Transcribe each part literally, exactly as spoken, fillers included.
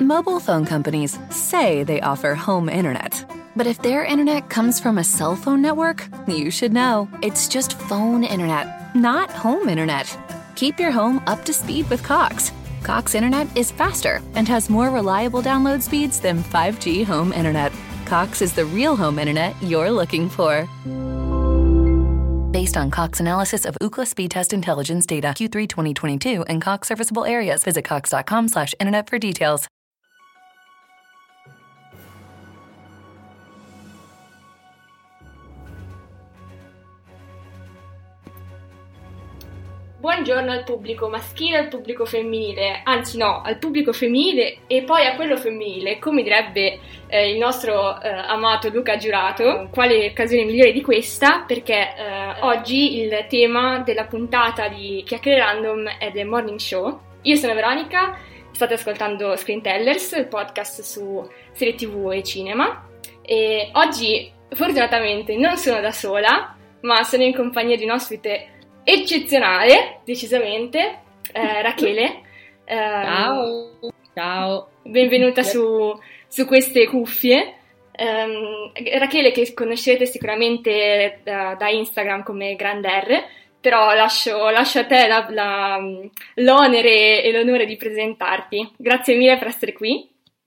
Mobile phone companies say they offer home internet. But if their internet comes from a cell phone network, you should know. It's just phone internet, not home internet. Keep your home up to speed with Cox. Cox Internet is faster and has more reliable download speeds than five G home internet. Cox is the real home internet you're looking for. Based on Cox analysis of Ookla speed test intelligence data Q three twenty twenty-two and Cox serviceable areas, visit cox.com slash internet for details. Buongiorno al pubblico maschile e al pubblico femminile, anzi no, al pubblico femminile e poi a quello femminile, come direbbe eh, il nostro eh, amato Luca Giurato. Quale occasione migliore di questa, perché eh, oggi il tema della puntata di Chiacchiere Random è The Morning Show. Io sono Veronica, state ascoltando Screen Tellers, il podcast su serie tv e cinema, e oggi fortunatamente non sono da sola, ma sono in compagnia di un ospite eccezionale, decisamente, eh, Rachele. Eh, ciao, ciao. Benvenuta su, su queste cuffie. Eh, Rachele, che conoscerete sicuramente da, da Instagram come Grand R, però lascio, lascio a te la, la, l'onere e l'onore di presentarti. Grazie mille per essere qui.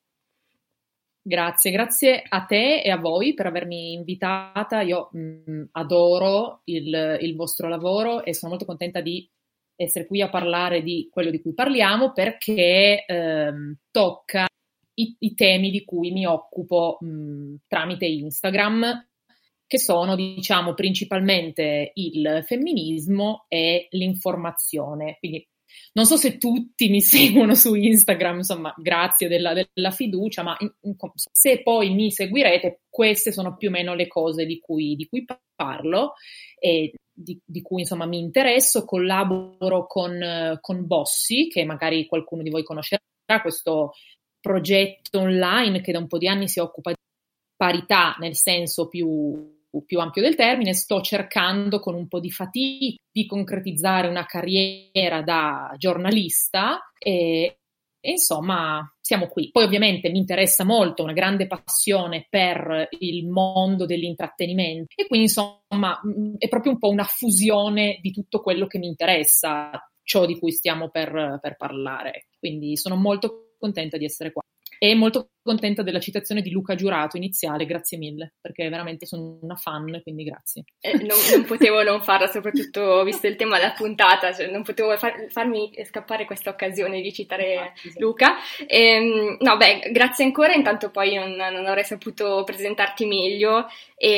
Grazie, grazie a te e a voi per avermi invitata. Io mh, adoro il, il vostro lavoro e sono molto contenta di essere qui a parlare di quello di cui parliamo, perché ehm, tocca i, i temi di cui mi occupo mh, tramite Instagram, che sono, diciamo, principalmente il femminismo e l'informazione. Quindi non so se tutti mi seguono su Instagram, insomma, grazie della, della fiducia, ma in, in, se poi mi seguirete, queste sono più o meno le cose di cui, di cui parlo e di, di cui, insomma, mi interesso. Collaboro con, con Bossi, che magari qualcuno di voi conoscerà, questo progetto online che da un po' di anni si occupa di parità nel senso più più ampio del termine. Sto cercando con un po' di fatica di concretizzare una carriera da giornalista e, e insomma siamo qui. Poi ovviamente mi interessa molto, una grande passione per il mondo dell'intrattenimento e quindi insomma è proprio un po' una fusione di tutto quello che mi interessa, ciò di cui stiamo per, per parlare. Quindi sono molto contenta di essere qua. E molto contenta della citazione di Luca Giurato iniziale, grazie mille, perché veramente sono una fan, quindi grazie. Eh, non, non potevo non farla, soprattutto visto il tema della puntata, cioè non potevo far, farmi scappare questa occasione di citare Luca. E, no, beh, grazie ancora, intanto poi non, non avrei saputo presentarti meglio.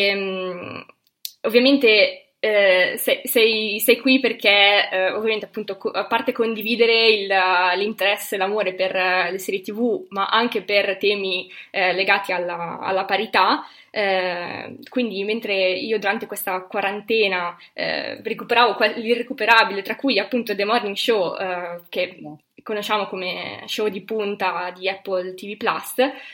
E, ovviamente eh, sei, sei, sei qui perché eh, ovviamente appunto a parte condividere il, l'interesse e l'amore per le serie tv, ma anche per temi eh, legati alla, alla parità. Eh, quindi mentre io durante questa quarantena eh, recuperavo l'irrecuperabile, tra cui appunto The Morning Show, eh, che conosciamo come show di punta di Apple T V Plus,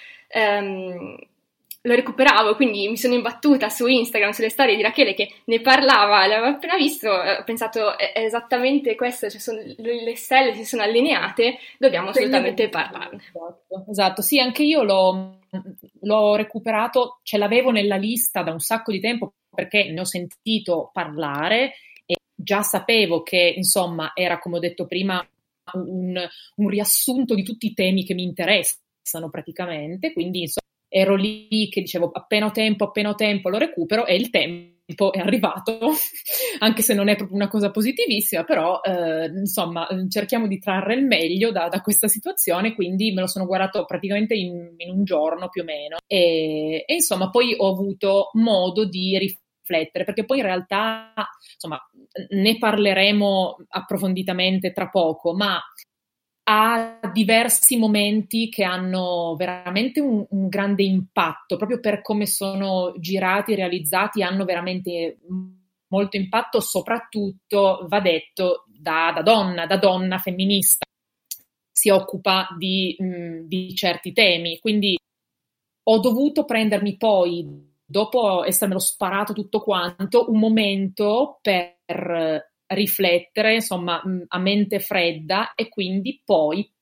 ehm, lo recuperavo, quindi mi sono imbattuta su Instagram, sulle storie di Rachele che ne parlava, l'avevo appena visto, ho pensato è esattamente questo, cioè sono, le stelle si sono allineate, dobbiamo assolutamente parlarne. Esatto, esatto, sì, anche io l'ho, l'ho recuperato, ce l'avevo nella lista da un sacco di tempo perché ne ho sentito parlare e già sapevo che, insomma, era, come ho detto prima, un, un riassunto di tutti i temi che mi interessano praticamente, quindi insomma ero lì che dicevo appena ho tempo, appena ho tempo lo recupero, e il tempo è arrivato, anche se non è proprio una cosa positivissima, però eh, insomma cerchiamo di trarre il meglio da, da questa situazione, quindi me lo sono guardato praticamente in, in un giorno più o meno e, e insomma poi ho avuto modo di riflettere, perché poi in realtà insomma ne parleremo approfonditamente tra poco, ma ha diversi momenti che hanno veramente un, un grande impatto, proprio per come sono girati, realizzati, hanno veramente molto impatto, soprattutto, va detto, da, da donna, da donna femminista, si occupa di, mh, di certi temi, quindi ho dovuto prendermi poi, dopo essermelo sparato tutto quanto, un momento per riflettere, insomma, a mente fredda, e quindi poi per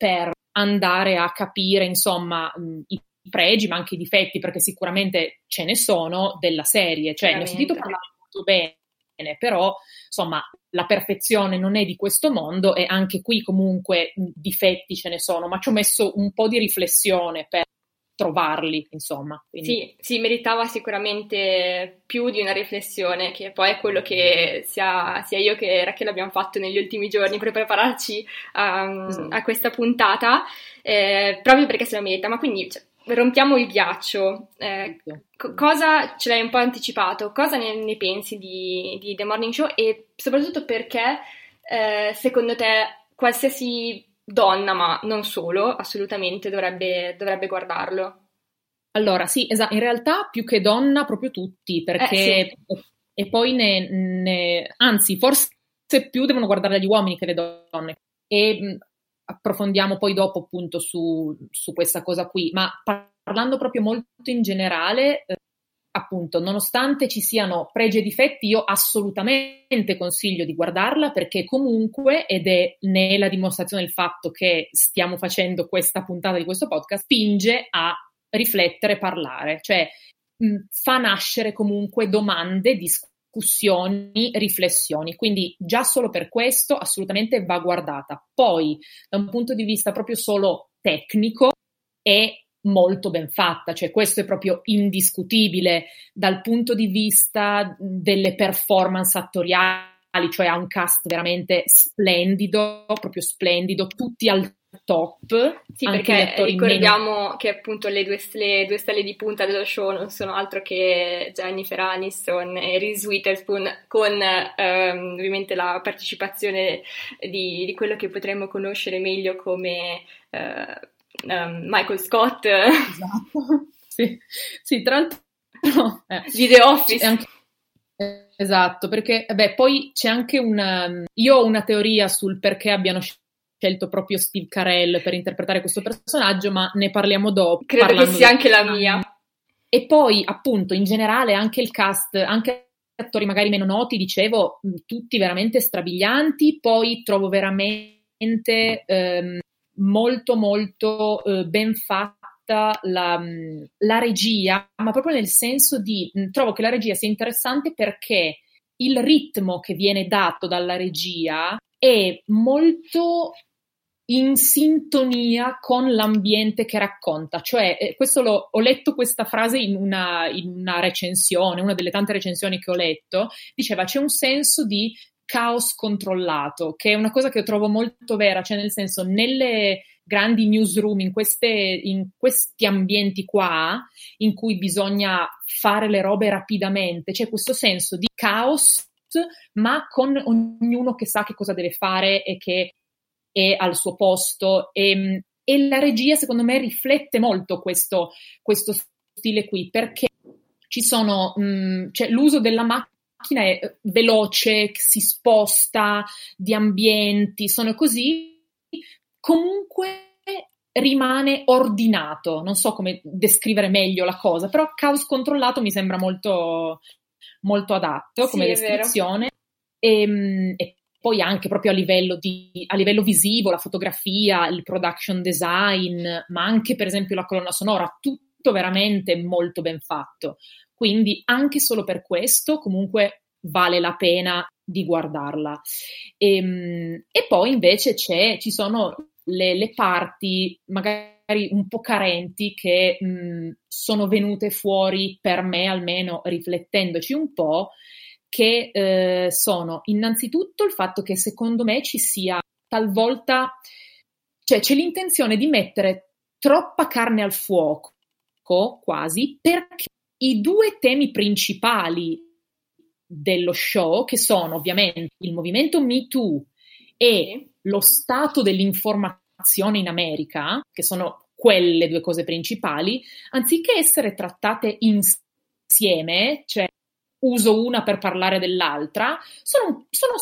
andare a capire, insomma, mh, i pregi, ma anche i difetti, perché sicuramente ce ne sono, della serie. Cioè, ne ho sentito parlare molto bene, però, insomma, la perfezione non è di questo mondo e anche qui comunque mh, difetti ce ne sono, ma ci ho messo un po' di riflessione per trovarli, insomma. Quindi. Sì, sì, meritava sicuramente più di una riflessione, che poi è quello che sia, sia io che Rachele abbiamo fatto negli ultimi giorni per prepararci a, esatto. a questa puntata, eh, proprio perché se la merita. Ma quindi cioè, rompiamo il ghiaccio. Eh, co- cosa ce l'hai un po' anticipato? Cosa ne, ne pensi di, di The Morning Show e soprattutto perché eh, secondo te qualsiasi donna, ma non solo, assolutamente dovrebbe, dovrebbe guardarlo? Allora, sì, esatto, in realtà più che donna proprio tutti, perché eh, sì. e poi ne, ne anzi, forse più devono guardare gli uomini che le donne. E mh, approfondiamo poi dopo appunto su, su questa cosa qui, ma parlando proprio molto in generale, eh, appunto, nonostante ci siano pregi e difetti, io assolutamente consiglio di guardarla perché comunque, ed è ne la dimostrazione del fatto che stiamo facendo questa puntata di questo podcast, spinge a riflettere, parlare, cioè mh, fa nascere comunque domande, discussioni, riflessioni, quindi già solo per questo assolutamente va guardata. Poi, da un punto di vista proprio solo tecnico, è molto ben fatta, cioè questo è proprio indiscutibile dal punto di vista delle performance attoriali, cioè ha un cast veramente splendido, proprio splendido, tutti al top. Sì, perché ricordiamo meno... che appunto le due, le due stelle di punta dello show non sono altro che Jennifer Aniston e Reese Witherspoon, con ehm, ovviamente la partecipazione di, di quello che potremmo conoscere meglio come eh, um, Michael Scott. Esatto, sì, sì, tra l'altro eh. di The Office. Anche... Esatto, perché beh, poi c'è anche una... Io ho una teoria sul perché abbiano scelto proprio Steve Carell per interpretare questo personaggio, ma ne parliamo dopo. Credo che sia anche la mia. E poi, appunto, in generale anche il cast, anche attori magari meno noti, dicevo, tutti veramente strabilianti. Poi trovo veramente ehm, molto molto eh, ben fatta la, la regia, ma proprio nel senso di, mh, trovo che la regia sia interessante perché il ritmo che viene dato dalla regia è molto in sintonia con l'ambiente che racconta, cioè eh, questo lo, ho letto questa frase in una, in una recensione, una delle tante recensioni che ho letto, diceva c'è un senso di caos controllato, che è una cosa che io trovo molto vera, cioè nel senso nelle grandi newsroom, in, queste, in questi ambienti qua, in cui bisogna fare le robe rapidamente, c'è questo senso di caos, ma con ognuno che sa che cosa deve fare e che è al suo posto, e, e la regia secondo me riflette molto questo, questo stile qui, perché ci sono, mh, cioè l'uso della macchina è veloce, si sposta di ambienti, sono così, comunque rimane ordinato, non so come descrivere meglio la cosa, però caos controllato mi sembra molto, molto adatto come sì, descrizione, e, e poi anche proprio a livello, di, a livello visivo, la fotografia, il production design, ma anche per esempio la colonna sonora, tutto veramente molto ben fatto. Quindi anche solo per questo comunque vale la pena di guardarla. E, e poi invece c'è, ci sono le, le parti magari un po' carenti che mh, sono venute fuori per me, almeno riflettendoci un po', che eh, sono innanzitutto il fatto che secondo me ci sia talvolta, cioè c'è l'intenzione di mettere troppa carne al fuoco, quasi, perché i due temi principali dello show, che sono ovviamente il movimento Me Too e lo stato dell'informazione in America, che sono quelle due cose principali, anziché essere trattate insieme, cioè uso una per parlare dell'altra, sono, sono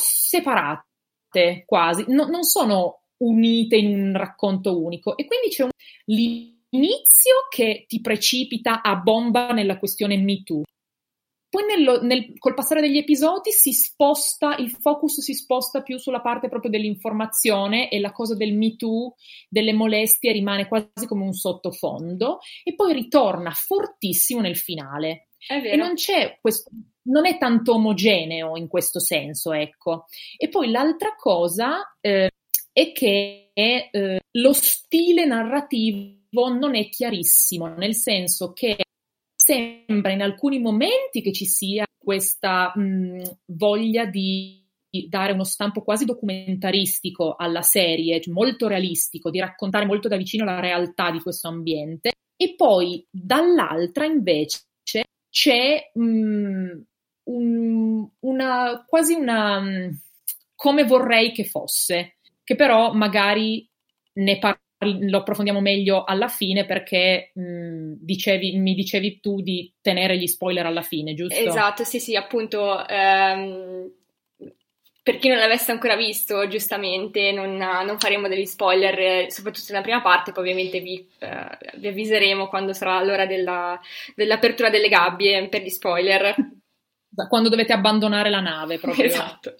separate quasi, no, non sono unite in un racconto unico, e quindi c'è un, l'inizio che ti precipita a bomba nella questione Me Too, Poi nello, nel, col passare degli episodi si sposta, il focus si sposta più sulla parte proprio dell'informazione e la cosa del Me Too, delle molestie rimane quasi come un sottofondo e poi ritorna fortissimo nel finale. È vero. E non c'è questo, non è tanto omogeneo in questo senso, ecco. E poi l'altra cosa eh, è che eh, lo stile narrativo non è chiarissimo, nel senso che sembra in alcuni momenti che ci sia questa mh, voglia di dare uno stampo quasi documentaristico alla serie, molto realistico, di raccontare molto da vicino la realtà di questo ambiente, e poi dall'altra invece c'è mh, un, una quasi una mh, come vorrei che fosse, che però magari ne parliamo. Lo approfondiamo meglio alla fine perché mh, dicevi, mi dicevi tu di tenere gli spoiler alla fine, giusto? Esatto, sì, sì, appunto, ehm, per chi non l'avesse ancora visto, giustamente, non, non faremo degli spoiler, eh, soprattutto nella prima parte, poi ovviamente vi, eh, vi avviseremo quando sarà l'ora della, dell'apertura delle gabbie per gli spoiler. Quando dovete abbandonare la nave, proprio. Esatto.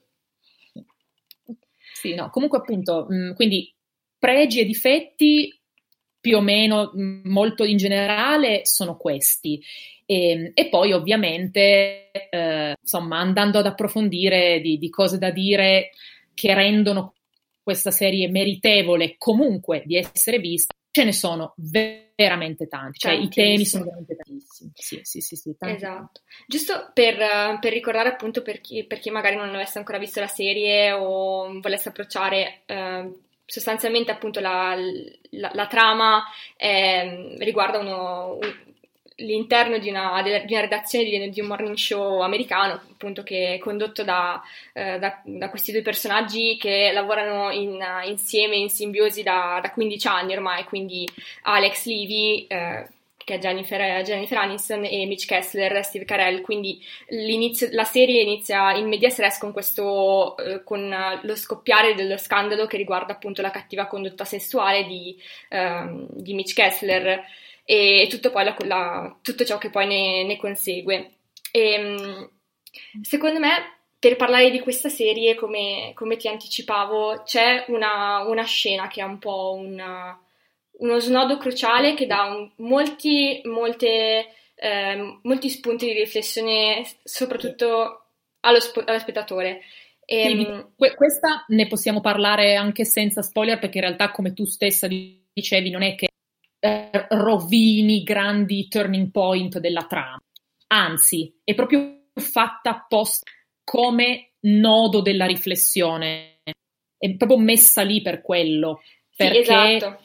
Sì, no, comunque appunto, mh, quindi pregi e difetti più o meno mh, molto in generale sono questi e, e poi ovviamente eh, insomma andando ad approfondire di, di cose da dire che rendono questa serie meritevole comunque di essere vista, ce ne sono veramente tanti, cioè i temi sono veramente tantissimi. Sì, sì, sì, sì, tanti. Esatto. Giusto per, per ricordare appunto per chi, per chi magari non avesse ancora visto la serie o volesse approcciare eh, sostanzialmente appunto la, la, la trama eh, riguarda uno, un, l'interno di una, di una redazione di, di un morning show americano, appunto, che è condotto da, eh, da, da questi due personaggi che lavorano in, insieme in simbiosi da, da quindici anni ormai, quindi Alex Levy, eh, che è Jennifer, Jennifer Aniston, e Mitch Kessler, Steve Carell. Quindi l'inizio, la serie inizia in medias res con questo, eh, con lo scoppiare dello scandalo che riguarda appunto la cattiva condotta sessuale di, eh, di Mitch Kessler e tutto, poi la, la, tutto ciò che poi ne, ne consegue. E, secondo me, per parlare di questa serie, come, come ti anticipavo, c'è una, una scena che è un po' una... uno snodo cruciale che dà un, molti, molte, eh, molti spunti di riflessione, soprattutto allo, sp- allo spettatore. E, sì, que- questa ne possiamo parlare anche senza spoiler, perché in realtà, come tu stessa dicevi, non è che eh, rovini grandi turning point della trama, anzi è proprio fatta apposta come nodo della riflessione, è proprio messa lì per quello, perché sì, esatto.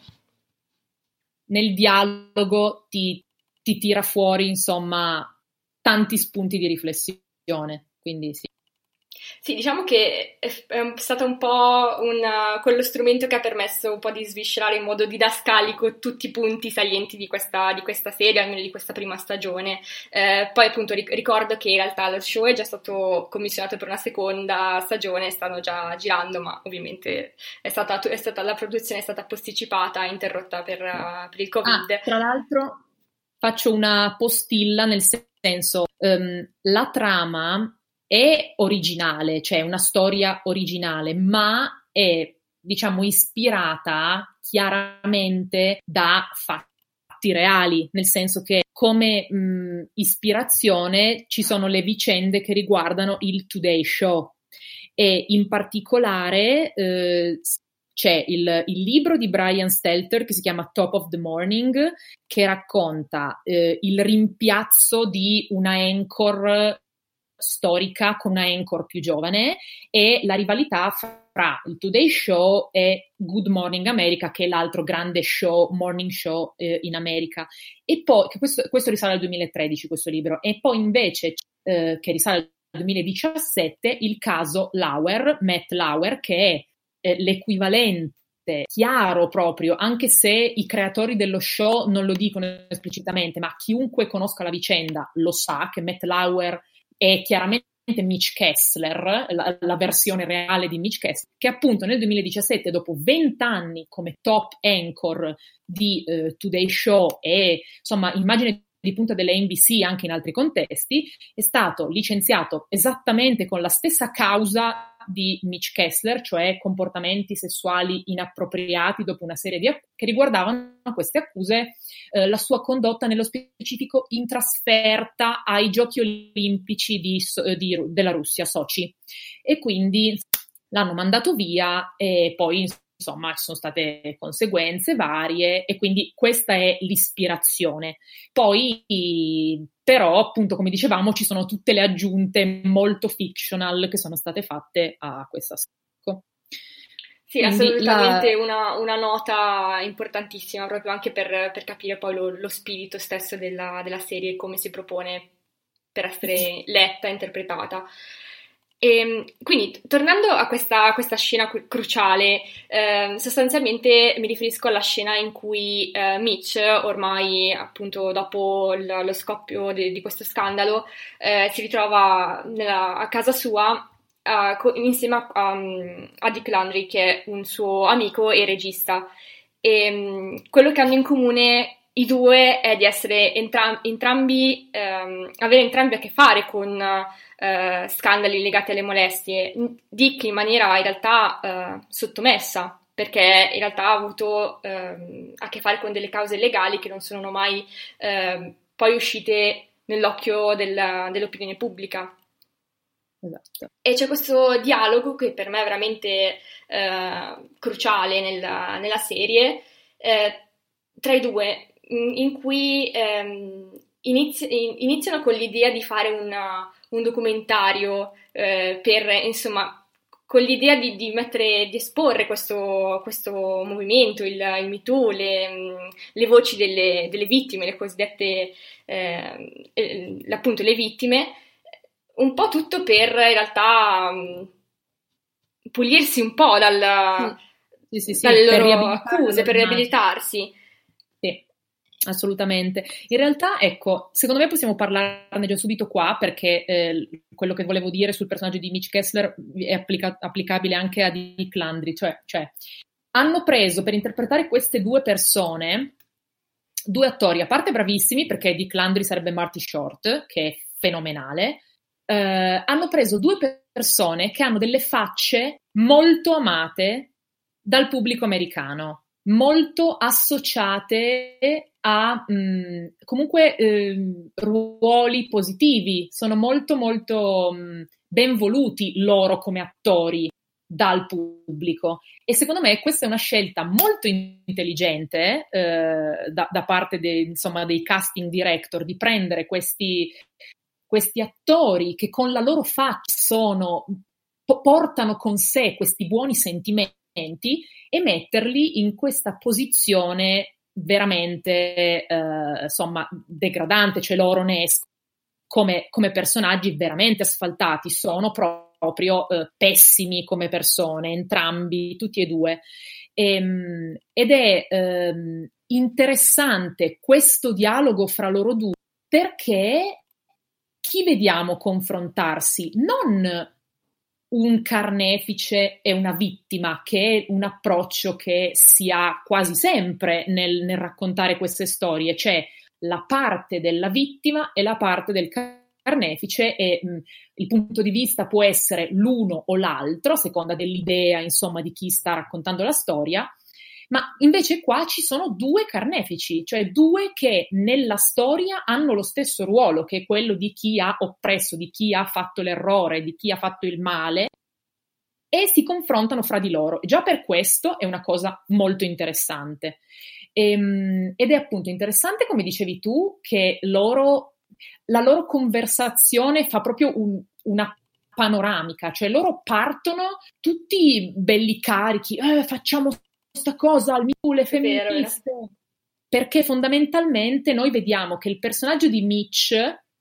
Nel dialogo ti, ti tira fuori, insomma, tanti spunti di riflessione, quindi sì. Sì, diciamo che è stato un po' una, quello strumento che ha permesso un po' di sviscerare in modo didascalico tutti i punti salienti di questa, di questa serie, almeno di questa prima stagione. Eh, poi appunto ricordo che in realtà lo show è già stato commissionato per una seconda stagione, stanno già girando, ma ovviamente è stata, è stata, la produzione è stata posticipata, interrotta per, uh, per il Covid. Ah, tra l'altro faccio una postilla, nel senso, um, la trama è originale, cioè una storia originale, ma è, diciamo, ispirata chiaramente da fatti reali, nel senso che come mh, ispirazione ci sono le vicende che riguardano il Today Show e in particolare eh, c'è il, il libro di Brian Stelter che si chiama Top of the Morning, che racconta eh, il rimpiazzo di una anchor storica con una anchor più giovane e la rivalità fra il Today Show e Good Morning America, che è l'altro grande show, morning show eh, in America. E poi, che questo, questo risale al duemilatredici, questo libro, e poi invece eh, che risale al duemiladiciassette il caso Lauer, Matt Lauer, che è eh, l'equivalente chiaro proprio, anche se i creatori dello show non lo dicono esplicitamente, ma chiunque conosca la vicenda lo sa che Matt Lauer è chiaramente Mitch Kessler, la, la versione reale di Mitch Kessler, che appunto nel duemiladiciassette, dopo vent'anni come top anchor di uh, Today Show, e insomma immagine di punta delle N B C anche in altri contesti, è stato licenziato esattamente con la stessa causa di Mitch Kessler, cioè comportamenti sessuali inappropriati dopo una serie di accuse che riguardavano queste accuse, eh, la sua condotta nello specifico in trasferta ai Giochi Olimpici di, di, della Russia, Sochi, e quindi l'hanno mandato via e poi insomma ci sono state conseguenze varie e quindi questa è l'ispirazione. Poi però appunto come dicevamo ci sono tutte le aggiunte molto fictional che sono state fatte a questa storia. Sì, quindi assolutamente la... una, una nota importantissima proprio anche per, per capire poi lo, lo spirito stesso della, della serie e come si propone per essere letta e interpretata. E quindi, tornando a questa, a questa scena cru- cruciale, eh, sostanzialmente mi riferisco alla scena in cui eh, Mitch, ormai appunto dopo l- lo scoppio de- di questo scandalo, eh, si ritrova nella, a casa sua uh, co- insieme a, um, a Dick Landry, che è un suo amico e regista. E um, quello che hanno in comune i due è di essere entra- entrambi, um, avere entrambi a che fare con Uh, scandali legati alle molestie. Dick in maniera in realtà uh, sottomessa, perché in realtà ha avuto uh, a che fare con delle cause legali che non sono mai uh, poi uscite nell'occhio della, dell'opinione pubblica. Esatto. E c'è questo dialogo che per me è veramente uh, cruciale nella, nella serie uh, tra i due, in, in cui um, inizi- iniziano con l'idea di fare una un documentario eh, per, insomma, con l'idea di, di mettere, di esporre questo, questo movimento, il, il Me Too, le, le voci delle, delle vittime, le cosiddette, eh, eh, appunto, le vittime, un po' tutto per, in realtà, um, pulirsi un po' dal, sì, sì, sì, dalle per loro accuse, per riabilitarsi. Sì. Assolutamente. In realtà, ecco, secondo me possiamo parlarne già subito qua perché eh, quello che volevo dire sul personaggio di Mitch Kessler è applica- applicabile anche a Dick Landry, cioè, cioè hanno preso per interpretare queste due persone due attori, a parte bravissimi, perché Dick Landry sarebbe Marty Short, che è fenomenale, eh, hanno preso due persone che hanno delle facce molto amate dal pubblico americano, molto associate a mh, comunque eh, ruoli positivi, sono molto molto mh, ben voluti loro come attori dal pubblico e secondo me questa è una scelta molto intelligente eh, da, da parte de, insomma, dei casting director di prendere questi, questi attori che con la loro faccia sono, po- portano con sé questi buoni sentimenti e metterli in questa posizione veramente eh, insomma degradante, cioè loro ne escono come, come personaggi veramente asfaltati, sono proprio proprio eh, pessimi come persone, entrambi, tutti e due. Ehm, ed è ehm, interessante questo dialogo fra loro due perché chi vediamo confrontarsi? Non un carnefice e una vittima, che è un approccio che si ha quasi sempre nel, nel raccontare queste storie, c'è la parte della vittima e la parte del carnefice carnefice e mh, il punto di vista può essere l'uno o l'altro, a seconda dell'idea, insomma, di chi sta raccontando la storia, ma invece qua ci sono due carnefici, cioè due che nella storia hanno lo stesso ruolo, che è quello di chi ha oppresso, di chi ha fatto l'errore, di chi ha fatto il male, e si confrontano fra di loro. E già per questo è una cosa molto interessante. Ehm, ed è appunto interessante, come dicevi tu, che loro la loro conversazione fa proprio un, una panoramica, cioè loro partono tutti belli carichi, eh, facciamo questa cosa al MeToo, le femministe, vero, perché fondamentalmente noi vediamo che il personaggio di Mitch,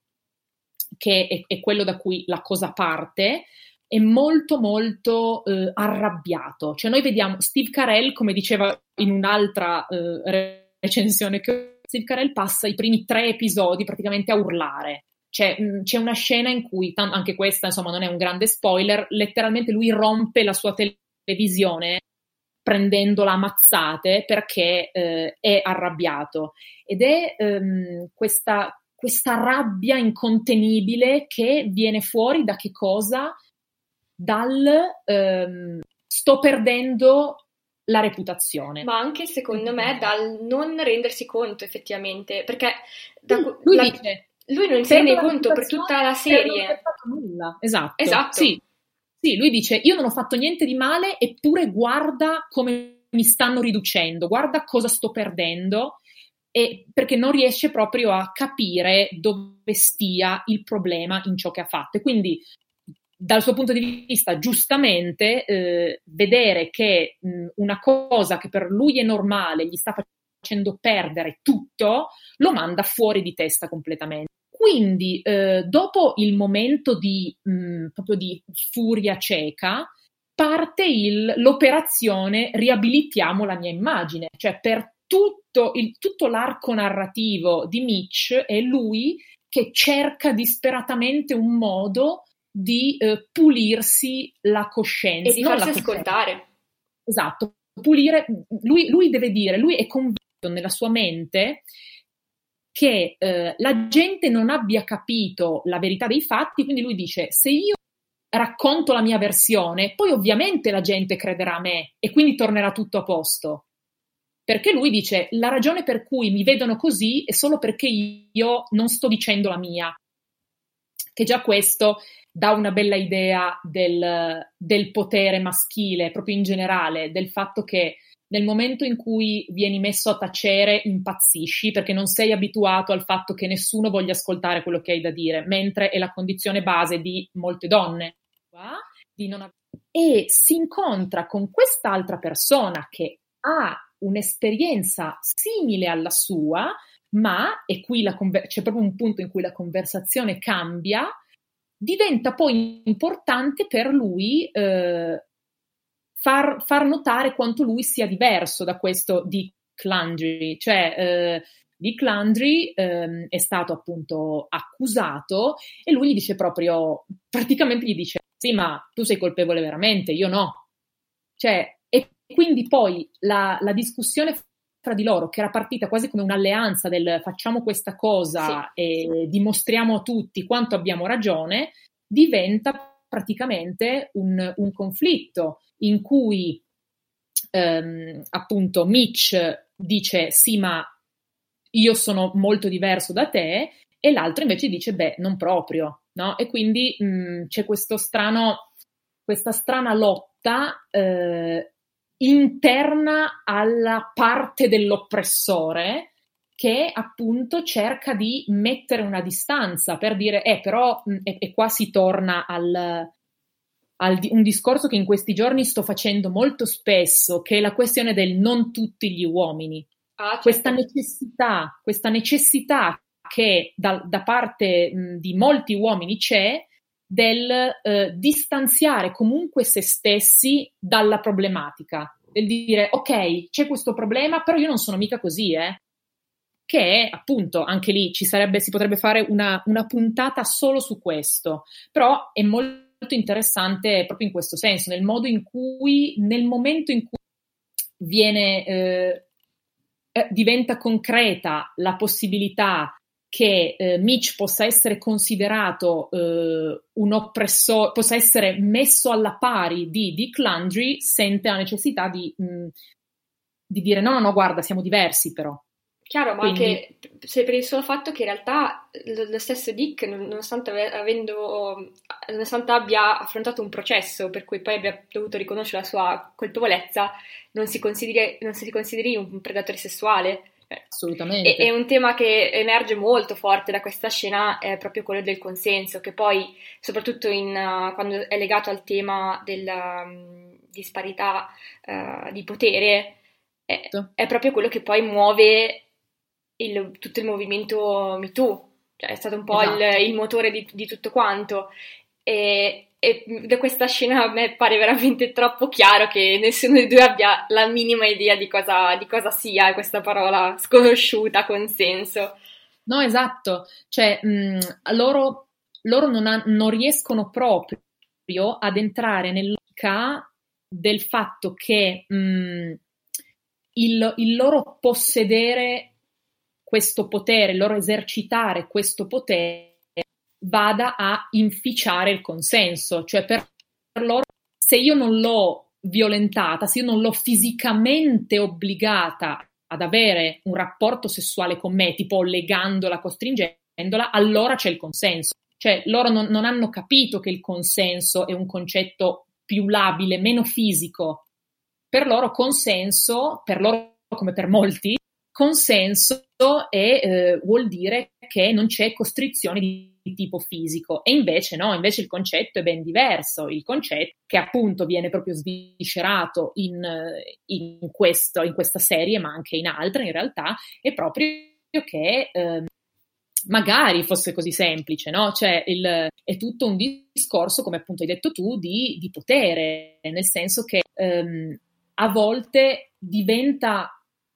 che è, è quello da cui la cosa parte, è molto molto eh, arrabbiato, cioè noi vediamo Steve Carell, come diceva in un'altra eh, recensione che Steve Carell passa i primi tre episodi praticamente a urlare. Cioè, mh, c'è una scena in cui, t- anche questa insomma non è un grande spoiler, letteralmente lui rompe la sua televisione prendendola a mazzate perché eh, è arrabbiato. Ed è ehm, questa, questa rabbia incontenibile che viene fuori da che cosa? Dal ehm, sto perdendo la reputazione. Ma anche secondo me dal non rendersi conto effettivamente, perché da, lui la, dice lui non si rende conto per tutta la serie. Non aver fatto nulla. Esatto. Esatto. Sì. Sì, lui dice io non ho fatto niente di male, eppure guarda come mi stanno riducendo, guarda cosa sto perdendo, e perché non riesce proprio a capire dove stia il problema in ciò che ha fatto. E quindi dal suo punto di vista, giustamente, eh, vedere che mh, una cosa che per lui è normale gli sta facendo perdere tutto, lo manda fuori di testa completamente. Quindi, eh, dopo il momento di mh, proprio di furia cieca, parte il, l'operazione riabilitiamo la mia immagine, cioè per tutto, il, tutto l'arco narrativo di Mitch è lui che cerca disperatamente un modo di eh, pulirsi la coscienza. E di farsi ascoltare. Esatto, pulire, lui, lui deve dire, lui è convinto nella sua mente che eh, la gente non abbia capito la verità dei fatti, quindi lui dice, se io racconto la mia versione, poi ovviamente la gente crederà a me e quindi tornerà tutto a posto. Perché lui dice, la ragione per cui mi vedono così è solo perché io non sto dicendo la mia. Che già questo dà una bella idea del, del potere maschile, proprio in generale, del fatto che nel momento in cui vieni messo a tacere impazzisci perché non sei abituato al fatto che nessuno voglia ascoltare quello che hai da dire, mentre è la condizione base di molte donne. Di non av- e si incontra con quest'altra persona che ha un'esperienza simile alla sua, ma, e qui la conver- c'è proprio un punto in cui la conversazione cambia, diventa poi importante per lui eh, far, far notare quanto lui sia diverso da questo Dick Landry, cioè eh, Dick Landry eh, è stato appunto accusato e lui gli dice proprio, praticamente gli dice sì ma tu sei colpevole veramente, io no, cioè, e quindi poi la, la discussione fra di loro, che era partita quasi come un'alleanza del facciamo questa cosa sì, e sì. dimostriamo a tutti quanto abbiamo ragione, diventa praticamente un, un conflitto in cui ehm, appunto Mitch dice sì ma io sono molto diverso da te e l'altro invece dice beh non proprio, no? E quindi mh, c'è questo strano, questa strana lotta eh, interna alla parte dell'oppressore che appunto cerca di mettere una distanza per dire eh però mh, e, e qua si torna al, al un discorso che in questi giorni sto facendo molto spesso, che è la questione del non tutti gli uomini. Ah, certo. Questa necessità, questa necessità che da, da parte mh, di molti uomini c'è del eh, distanziare comunque se stessi dalla problematica, del dire ok, c'è questo problema, però io non sono mica così, eh. Che appunto anche lì ci sarebbe, si potrebbe fare una, una puntata solo su questo, però è molto interessante proprio in questo senso, nel modo in cui, nel momento in cui viene eh, eh, diventa concreta la possibilità che eh, Mitch possa essere considerato eh, un oppressore, possa essere messo alla pari di Dick Landry, sente la necessità di, mh, di dire no, no, no, guarda, siamo diversi però. Chiaro, ma Quindi... anche se per il solo fatto che in realtà lo, lo stesso Dick, nonostante, avendo, nonostante abbia affrontato un processo per cui poi abbia dovuto riconoscere la sua colpevolezza, non si consideri, non si consideri un predatore sessuale. Assolutamente. E, è un tema che emerge molto forte da questa scena, è proprio quello del consenso, che poi, soprattutto in, uh, quando è legato al tema della um, disparità uh, di potere, è, è proprio quello che poi muove il, tutto il movimento MeToo, cioè è stato un po' esatto. il, il motore di, di tutto quanto. E, e da questa scena a me pare veramente troppo chiaro che nessuno dei due abbia la minima idea di cosa, di cosa sia questa parola sconosciuta, consenso. No, esatto, cioè mh, loro, loro non, ha, non riescono proprio ad entrare nell'ottica del fatto che mh, il, il loro possedere questo potere, il loro esercitare questo potere vada a inficiare il consenso, cioè per loro, se io non l'ho violentata, se io non l'ho fisicamente obbligata ad avere un rapporto sessuale con me, tipo legandola, costringendola, allora c'è il consenso. Cioè loro non, non hanno capito che il consenso è un concetto più labile, meno fisico. Per loro consenso, per loro come per molti, consenso è, eh, vuol dire che non c'è costrizione di di tipo fisico, e invece no, invece il concetto è ben diverso. Il concetto, che appunto viene proprio sviscerato in, in, questo, in questa serie, ma anche in altre in realtà, è proprio che eh, magari fosse così semplice, no? Cioè il, è tutto un discorso, come appunto hai detto tu, di, di potere, nel senso che ehm, a volte diventa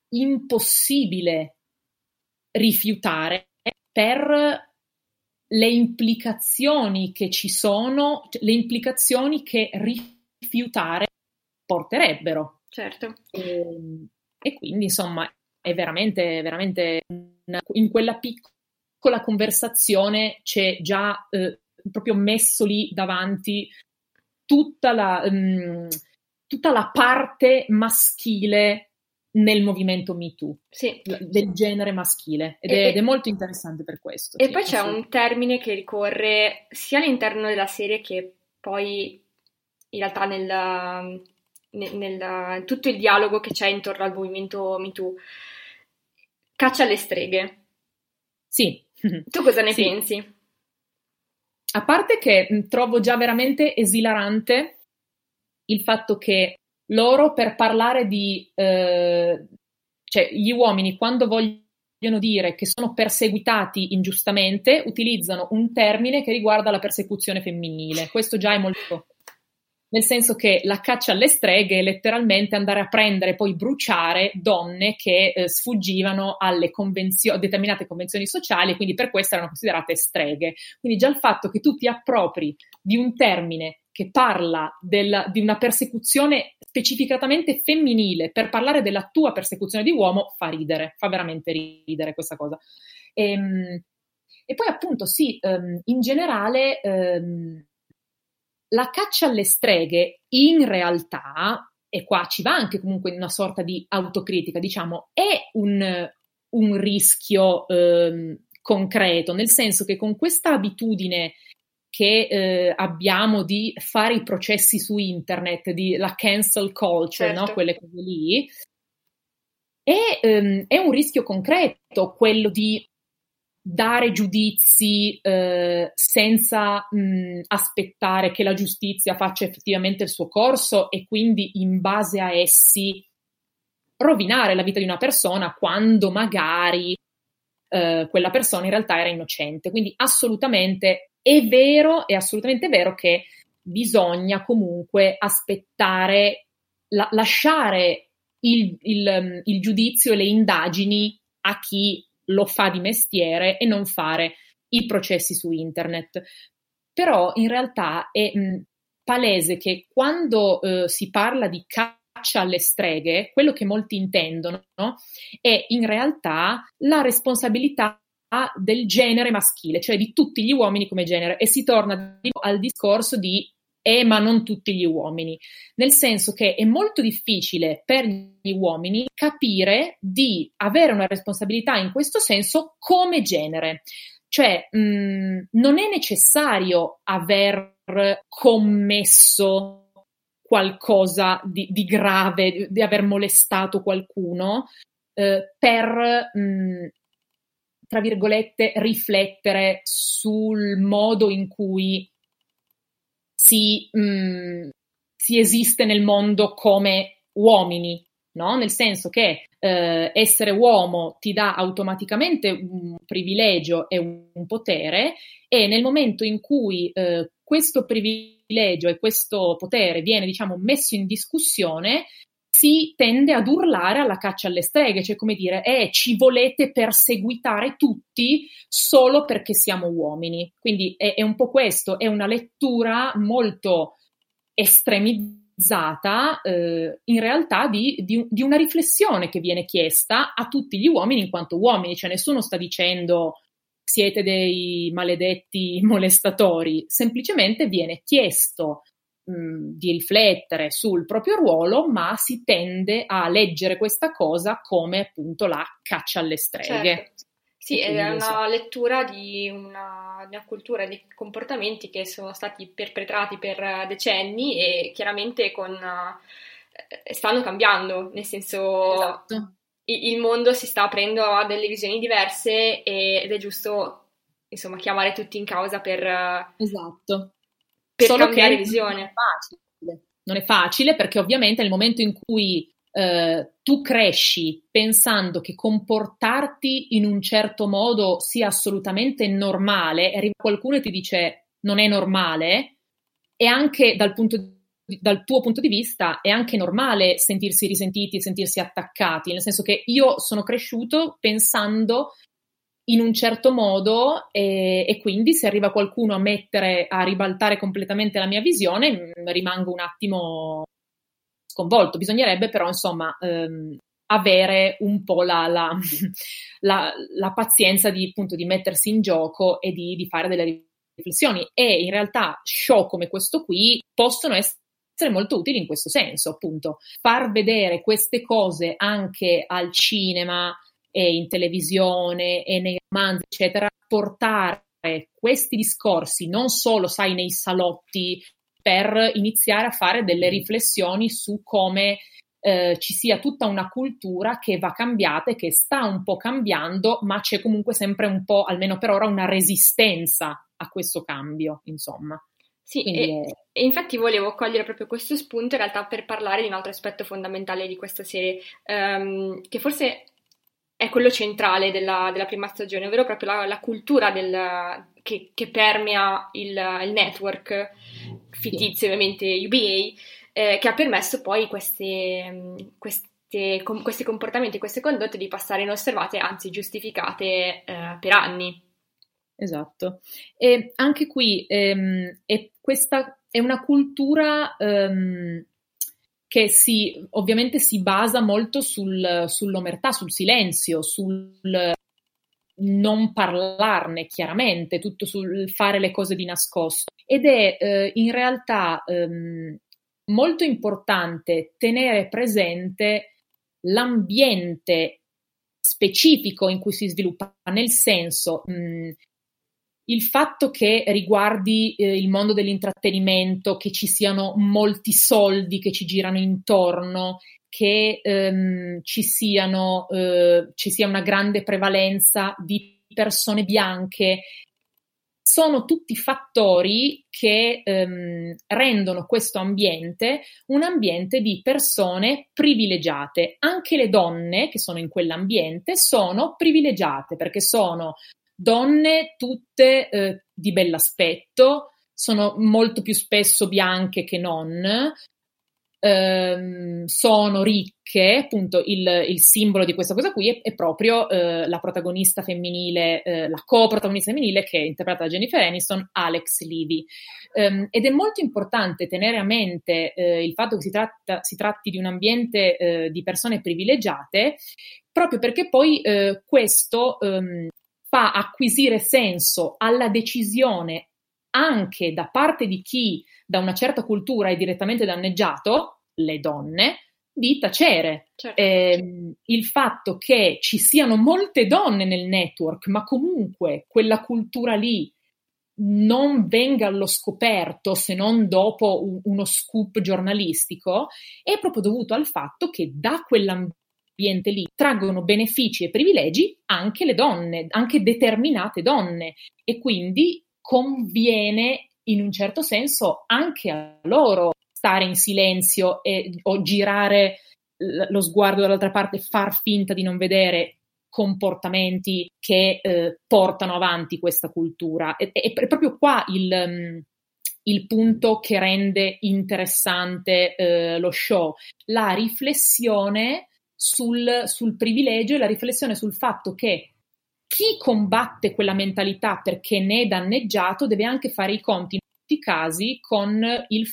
impossibile rifiutare per le implicazioni che ci sono, le implicazioni che rifiutare porterebbero. Certo. E, e quindi, insomma, è veramente, veramente una, in quella piccola conversazione c'è già eh, proprio messo lì davanti tutta la, um, tutta la parte maschile nel movimento Me Too, sì, del genere maschile, ed, e, è, ed è molto interessante per questo. E sì, poi c'è un termine che ricorre sia all'interno della serie che poi in realtà nel, nel, nel tutto il dialogo che c'è intorno al movimento Me Too: caccia alle streghe. Sì. Tu cosa ne sì. pensi? A parte che mh, trovo già veramente esilarante il fatto che loro, per parlare di, eh, cioè gli uomini, quando vogliono dire che sono perseguitati ingiustamente, utilizzano un termine che riguarda la persecuzione femminile. Questo già è molto, nel senso che la caccia alle streghe è letteralmente andare a prendere, poi bruciare donne che eh, sfuggivano alle convenzio- determinate convenzioni sociali, e quindi per questo erano considerate streghe. Quindi già il fatto che tu ti appropri di un termine che parla del, di una persecuzione specificatamente femminile per parlare della tua persecuzione di uomo fa ridere, fa veramente ridere questa cosa. E, e poi appunto sì, um, in generale um, la caccia alle streghe in realtà, e qua ci va anche comunque in una sorta di autocritica, diciamo, è un, un rischio um, concreto, nel senso che con questa abitudine che eh, abbiamo di fare i processi su internet, di la cancel culture, certo. no? Quelle cose lì, è, um, è un rischio concreto quello di dare giudizi eh, senza mh, aspettare che la giustizia faccia effettivamente il suo corso, e quindi in base a essi rovinare la vita di una persona quando magari eh, quella persona in realtà era innocente. Quindi assolutamente è vero, è assolutamente vero che bisogna comunque aspettare, la, lasciare il, il, il giudizio e le indagini a chi lo fa di mestiere e non fare i processi su internet. Però in realtà è mh, palese che quando eh, si parla di caccia alle streghe, quello che molti intendono, no, è in realtà la responsabilità del genere maschile, cioè di tutti gli uomini come genere, e si torna al discorso di eh, ma non tutti gli uomini, nel senso che è molto difficile per gli uomini capire di avere una responsabilità in questo senso come genere. Cioè mh, non è necessario aver commesso qualcosa di, di grave, di, di aver molestato qualcuno eh, per, mh, tra virgolette, riflettere sul modo in cui si, mh, si esiste nel mondo come uomini, no? Nel senso che eh, essere uomo ti dà automaticamente un privilegio e un, un potere, e nel momento in cui eh, questo privilegio e questo potere viene, diciamo, messo in discussione, si tende ad urlare alla caccia alle streghe, cioè come dire, eh, ci volete perseguitare tutti solo perché siamo uomini. Quindi è, è un po' questo, è una lettura molto estremizzata organizzata eh, in realtà di, di, di una riflessione che viene chiesta a tutti gli uomini in quanto uomini, cioè nessuno sta dicendo siete dei maledetti molestatori, semplicemente viene chiesto mh, di riflettere sul proprio ruolo, ma si tende a leggere questa cosa come appunto la caccia alle streghe. Certo. Sì, è una so. lettura di una, una cultura di comportamenti che sono stati perpetrati per decenni e chiaramente con, eh, stanno cambiando, nel senso esatto. il, il mondo si sta aprendo a delle visioni diverse e, ed è giusto insomma chiamare tutti in causa per, esatto. per Solo cambiare che visione. Non è facile. Non è facile perché ovviamente nel momento in cui Uh, tu cresci pensando che comportarti in un certo modo sia assolutamente normale, e arriva qualcuno e ti dice non è normale, e anche dal, punto di, dal tuo punto di vista è anche normale sentirsi risentiti, sentirsi attaccati, nel senso che io sono cresciuto pensando in un certo modo e, e quindi se arriva qualcuno a mettere, a ribaltare completamente la mia visione, rimango un attimo sconvolto. Bisognerebbe però insomma ehm, avere un po' la, la, la, la pazienza di, appunto, di mettersi in gioco e di, di fare delle riflessioni, e in realtà show come questo qui possono essere molto utili in questo senso, appunto far vedere queste cose anche al cinema e in televisione e nei romanzi eccetera, portare questi discorsi non solo sai nei salotti, per iniziare a fare delle riflessioni su come eh, ci sia tutta una cultura che va cambiata e che sta un po' cambiando, ma c'è comunque sempre un po', almeno per ora, una resistenza a questo cambio, insomma. Sì, e, è... e infatti volevo cogliere proprio questo spunto in realtà per parlare di un altro aspetto fondamentale di questa serie, um, che forse è quello centrale della, della prima stagione, ovvero proprio la, la cultura del, che, che permea il, il network fittizio, ovviamente U B A, eh, che ha permesso poi queste, queste, com, questi comportamenti, queste condotte di passare inosservate, anzi giustificate eh, per anni. Esatto. E anche qui ehm, è, questa è una cultura ehm, che si, ovviamente si basa molto sul, sull'omertà, sul silenzio, sul non parlarne chiaramente, tutto sul fare le cose di nascosto. Ed è eh, in realtà ehm, molto importante tenere presente l'ambiente specifico in cui si sviluppa, nel senso mh, il fatto che riguardi eh, il mondo dell'intrattenimento, che ci siano molti soldi che ci girano intorno, che ehm, ci siano eh, ci sia una grande prevalenza di persone bianche, sono tutti fattori che ehm, rendono questo ambiente un ambiente di persone privilegiate. Anche le donne che sono in quell'ambiente sono privilegiate perché sono donne tutte eh, di bell'aspetto, sono molto più spesso bianche che non, ehm, sono ricche, appunto il, il simbolo di questa cosa qui è, è proprio eh, la protagonista femminile, eh, la coprotagonista femminile che è interpretata da Jennifer Aniston, Alex Levy. Um, ed è molto importante tenere a mente eh, il fatto che si, tratta, si tratti di un ambiente eh, di persone privilegiate, proprio perché poi eh, questo um, fa acquisire senso alla decisione anche da parte di chi da una certa cultura è direttamente danneggiato, le donne, di tacere. Certo. Eh, il fatto che ci siano molte donne nel network, ma comunque quella cultura lì non venga allo scoperto se non dopo un, uno scoop giornalistico, è proprio dovuto al fatto che da quell'ambiente ambiente lì traggono benefici e privilegi anche le donne, anche determinate donne, e quindi conviene in un certo senso anche a loro stare in silenzio e, o girare lo sguardo dall'altra parte, far finta di non vedere comportamenti che eh, portano avanti questa cultura. È, è, è proprio qua il, il punto che rende interessante eh, lo show, la riflessione Sul, sul privilegio e la riflessione sul fatto che chi combatte quella mentalità perché ne è danneggiato deve anche fare i conti in tutti i casi con il fatto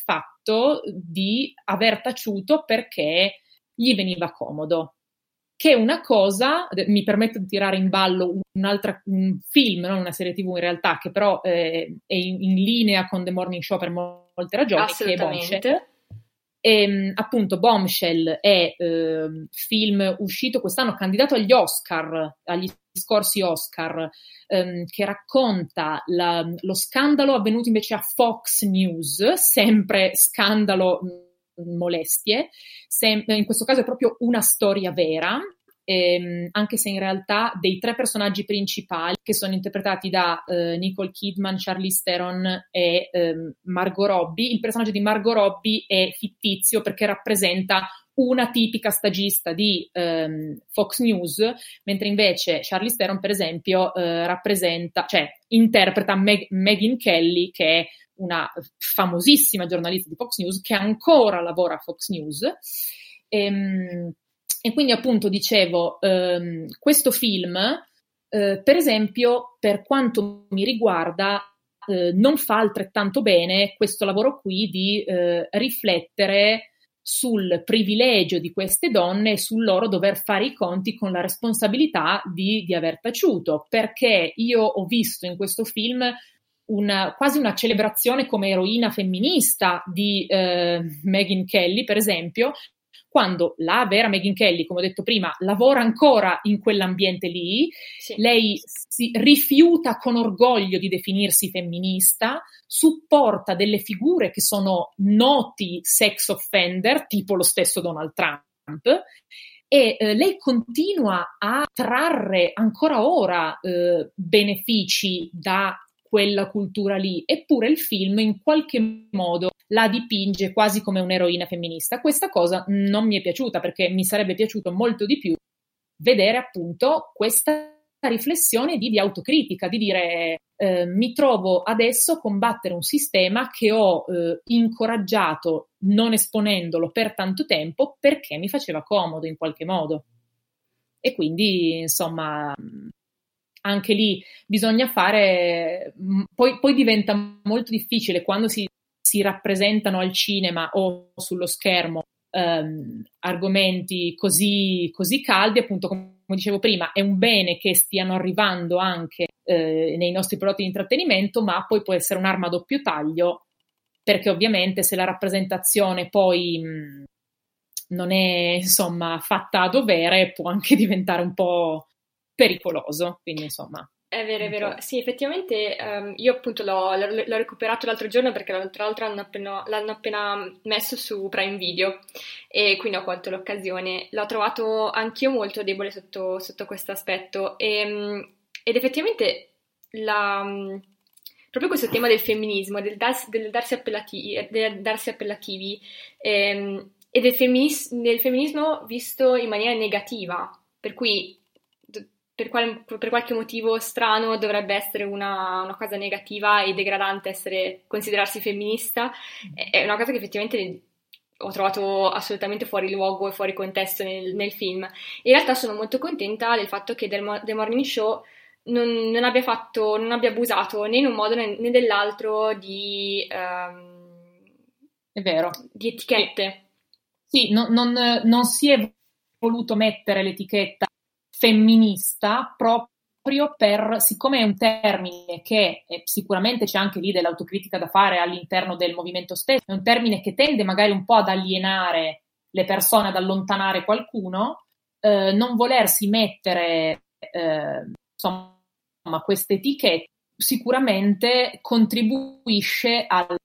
fatto di aver taciuto perché gli veniva comodo, che è una cosa, mi permetto di tirare in ballo un'altra, un film, non una serie tivù in realtà, che però eh, è in, in linea con The Morning Show per molte ragioni, che è Bombshell. E, appunto Bombshell è eh, film uscito quest'anno, candidato agli Oscar, agli scorsi Oscar, ehm, che racconta la, lo scandalo avvenuto invece a Fox News, sempre scandalo mh, molestie, sem- in questo caso è proprio una storia vera. Ehm, anche se in realtà dei tre personaggi principali, che sono interpretati da eh, Nicole Kidman, Charlize Theron e ehm, Margot Robbie, il personaggio di Margot Robbie è fittizio perché rappresenta una tipica stagista di ehm, Fox News, mentre invece Charlize Theron, per esempio, eh, rappresenta, cioè interpreta Meg- Megyn Kelly, che è una famosissima giornalista di Fox News che ancora lavora a Fox News. Ehm, E quindi appunto dicevo, ehm, questo film, eh, per esempio, per quanto mi riguarda, eh, non fa altrettanto bene questo lavoro qui di eh, riflettere sul privilegio di queste donne e sul loro dover fare i conti con la responsabilità di, di aver taciuto, perché io ho visto in questo film una, quasi una celebrazione come eroina femminista di eh, Megyn Kelly, per esempio, quando la vera Megyn Kelly, come ho detto prima, lavora ancora in quell'ambiente lì, sì. Lei si rifiuta con orgoglio di definirsi femminista, supporta delle figure che sono noti sex offender, tipo lo stesso Donald Trump, e eh, lei continua a trarre ancora ora eh, benefici da quella cultura lì, eppure il film in qualche modo la dipinge quasi come un'eroina femminista. Questa cosa non mi è piaciuta, perché mi sarebbe piaciuto molto di più vedere appunto questa riflessione di, di autocritica, di dire eh, mi trovo adesso a combattere un sistema che ho eh, incoraggiato non esponendolo per tanto tempo perché mi faceva comodo in qualche modo. E quindi insomma anche lì bisogna fare, poi, poi diventa molto difficile quando si, si rappresentano al cinema o sullo schermo ehm, argomenti così, così caldi, appunto come dicevo prima, è un bene che stiano arrivando anche eh, nei nostri prodotti di intrattenimento, ma poi può essere un'arma a doppio taglio, perché ovviamente se la rappresentazione poi mh, non è insomma fatta a dovere, può anche diventare un po' pericoloso, quindi insomma. È vero, è vero. Sì, effettivamente um, io appunto l'ho, l'ho, l'ho recuperato l'altro giorno perché tra l'altro l'hanno appena, l'hanno appena messo su Prime Video e quindi ho colto l'occasione. L'ho trovato anch'io molto debole sotto, sotto questo aspetto e, ed effettivamente la, proprio questo tema del femminismo, del, darsi, del, darsi, appellativi, del darsi appellativi ehm, e del, femminis, del femminismo visto in maniera negativa, per cui Per, quale, per qualche motivo strano dovrebbe essere una, una cosa negativa e degradante essere considerarsi femminista. È una cosa che effettivamente ho trovato assolutamente fuori luogo e fuori contesto nel, nel film. In realtà sono molto contenta del fatto che The Morning Show non, non abbia fatto, non abbia abusato né in un modo né, né dell'altro di, um, è vero. di etichette. Sì, no, non, non si è voluto mettere l'etichetta femminista proprio per, siccome è un termine che eh, sicuramente c'è anche lì dell'autocritica da fare all'interno del movimento stesso, è un termine che tende magari un po' ad alienare le persone, ad allontanare qualcuno, eh, non volersi mettere eh, insomma queste etichette sicuramente contribuisse al,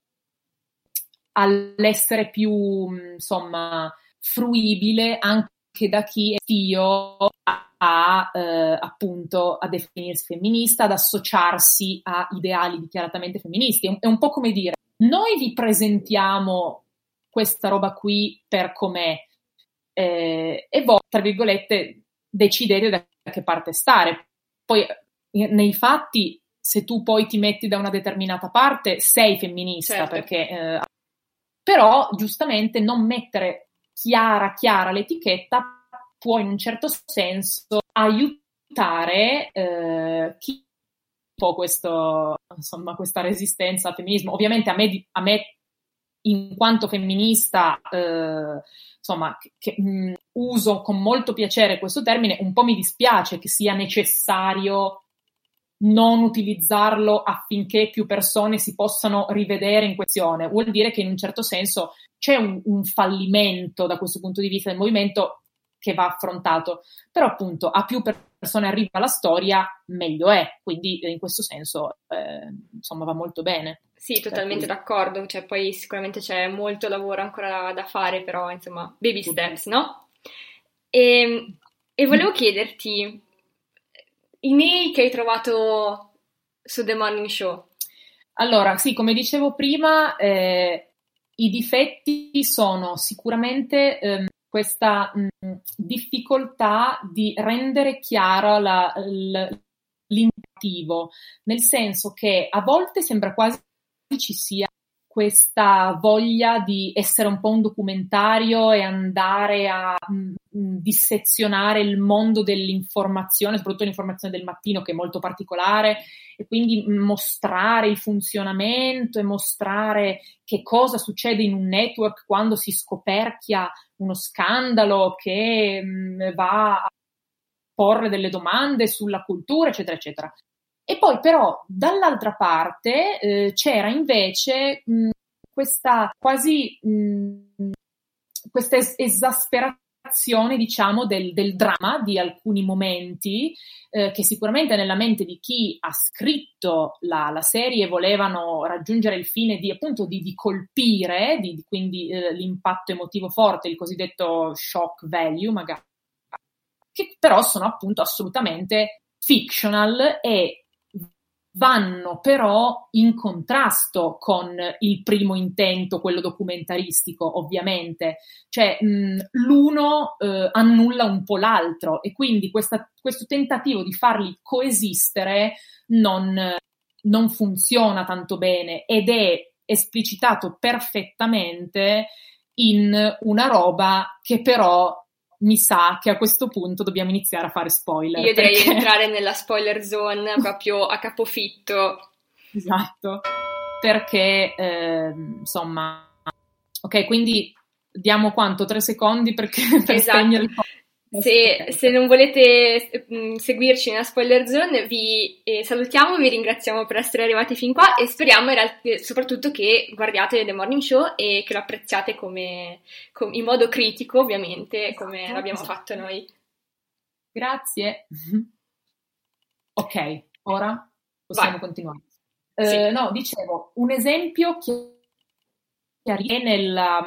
all'essere più insomma fruibile anche da chi è io a eh, appunto a definirsi femminista, ad associarsi a ideali dichiaratamente femministi. È un, è un po' come dire, noi vi presentiamo questa roba qui per com'è eh, e voi, tra virgolette, decidete da che parte stare. Poi nei fatti, se tu poi ti metti da una determinata parte, sei femminista, certo. Perché eh, però giustamente non mettere chiara chiara l'etichetta può in un certo senso aiutare eh, chi può questo, insomma, questa resistenza al femminismo. Ovviamente a me, a me in quanto femminista, eh, insomma, che, che, mh, uso con molto piacere questo termine, un po' mi dispiace che sia necessario non utilizzarlo affinché più persone si possano rivedere in questione. Vuol dire che in un certo senso c'è un, un fallimento da questo punto di vista del movimento che va affrontato, però appunto a più persone arriva la storia meglio è, quindi in questo senso eh, insomma va molto bene. Sì, totalmente cui... d'accordo, cioè poi sicuramente c'è molto lavoro ancora da fare, però insomma baby steps, no? E, e volevo chiederti i nei che hai trovato su The Morning Show. Allora, sì, come dicevo prima, eh, i difetti sono sicuramente ehm, questa mh, difficoltà di rendere chiaro la, l, l'indicativo, nel senso che a volte sembra quasi ci sia questa voglia di essere un po' un documentario e andare a mh, dissezionare il mondo dell'informazione, soprattutto l'informazione del mattino, che è molto particolare, e quindi mostrare il funzionamento e mostrare che cosa succede in un network quando si scoperchia uno scandalo che mh, va a porre delle domande sulla cultura, eccetera, eccetera. E poi però dall'altra parte eh, c'era invece mh, questa quasi mh, questa es- esasperazione, diciamo, del, del dramma di alcuni momenti eh, che sicuramente nella mente di chi ha scritto la, la serie volevano raggiungere il fine di appunto di, di colpire, di, di quindi eh, l'impatto emotivo forte, il cosiddetto shock value magari, che però sono appunto assolutamente fictional e vanno però in contrasto con il primo intento, quello documentaristico, ovviamente. Cioè mh, l'uno eh, annulla un po' l'altro e quindi questa, questo tentativo di farli coesistere non, non funziona tanto bene ed è esplicitato perfettamente in una roba che però mi sa che a questo punto dobbiamo iniziare a fare spoiler. Io direi perché... entrare nella spoiler zone proprio a capofitto. Esatto, perché eh, insomma, ok, quindi diamo quanto? Tre secondi perché, per esatto. spegnere il po'. Se, okay. se non volete mh, seguirci nella spoiler zone vi eh, salutiamo, vi ringraziamo per essere arrivati fin qua e speriamo in realtà, soprattutto che guardiate The Morning Show e che lo apprezziate come, come, in modo critico ovviamente, come esatto. L'abbiamo fatto noi. Grazie. Ok, ora possiamo Vai. continuare. Sì. Uh, no, dicevo, un esempio che è nella,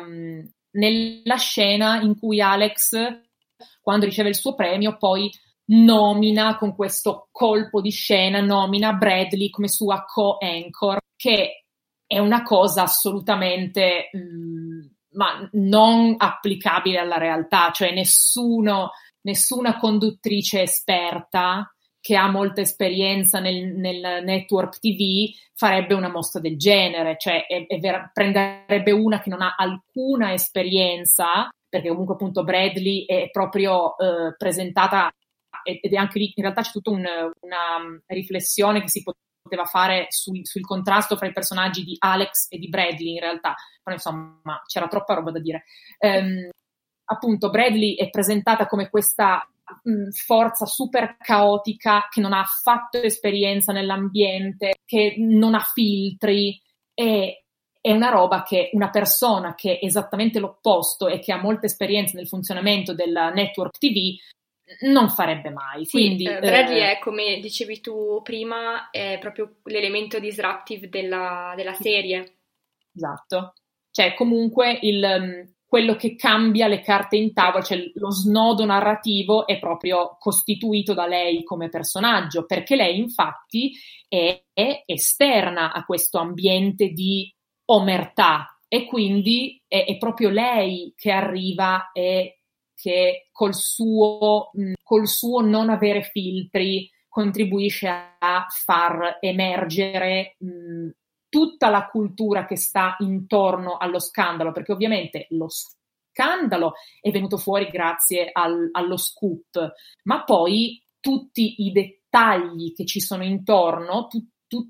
nella scena in cui Alex, quando riceve il suo premio, poi nomina con questo colpo di scena, nomina Bradley come sua co-anchor, che è una cosa assolutamente mh, ma non applicabile alla realtà, cioè nessuno, nessuna conduttrice esperta che ha molta esperienza nel, nel network T V farebbe una mossa del genere, cioè è, è vera, prenderebbe una che non ha alcuna esperienza, perché comunque appunto Bradley è proprio eh, presentata ed è anche lì in realtà c'è tutta un, una riflessione che si poteva fare sul, sul contrasto fra i personaggi di Alex e di Bradley in realtà, però insomma c'era troppa roba da dire. Um, appunto Bradley è presentata come questa mh, forza super caotica che non ha affatto esperienza nell'ambiente, che non ha filtri, e è una roba che una persona che è esattamente l'opposto e che ha molta esperienza nel funzionamento del network T V non farebbe mai. Sì, Quindi, eh, Bradley eh, è, come dicevi tu prima, è proprio l'elemento disruptive della, della serie. Esatto. Cioè comunque il, quello che cambia le carte in tavola, cioè lo snodo narrativo è proprio costituito da lei come personaggio, perché lei infatti è, è esterna a questo ambiente di omertà e quindi è, è proprio lei che arriva e che col suo, mh, col suo non avere filtri contribuisce a far emergere mh, tutta la cultura che sta intorno allo scandalo, perché ovviamente lo scandalo è venuto fuori grazie al, allo scoop, ma poi tutti i dettagli che ci sono intorno, tu, tu,